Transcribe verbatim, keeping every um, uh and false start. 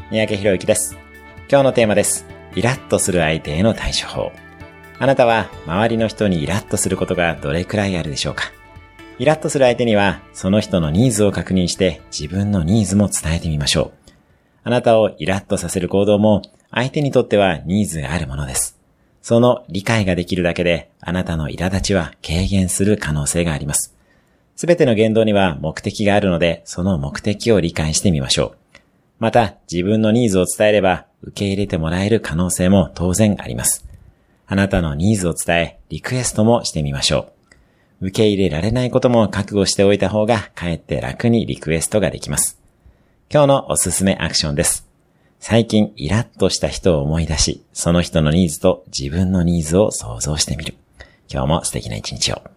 三宅博之です。今日のテーマです。イラッとする相手への対処法。あなたは周りの人にイラッとすることがどれくらいあるでしょうか？イラッとする相手にはその人のニーズを確認して自分のニーズも伝えてみましょう。あなたをイラッとさせる行動も相手にとってはニーズがあるものです。その理解ができるだけであなたの苛立ちは軽減する可能性があります。すべての言動には目的があるのでその目的を理解してみましょう。また自分のニーズを伝えれば受け入れてもらえる可能性も当然あります。あなたのニーズを伝えリクエストもしてみましょう。受け入れられないことも覚悟しておいた方がかえって楽にリクエストができます。今日のおすすめアクションです。最近イラッとした人を思い出し、その人のニーズと自分のニーズを想像してみる。今日も素敵な一日を。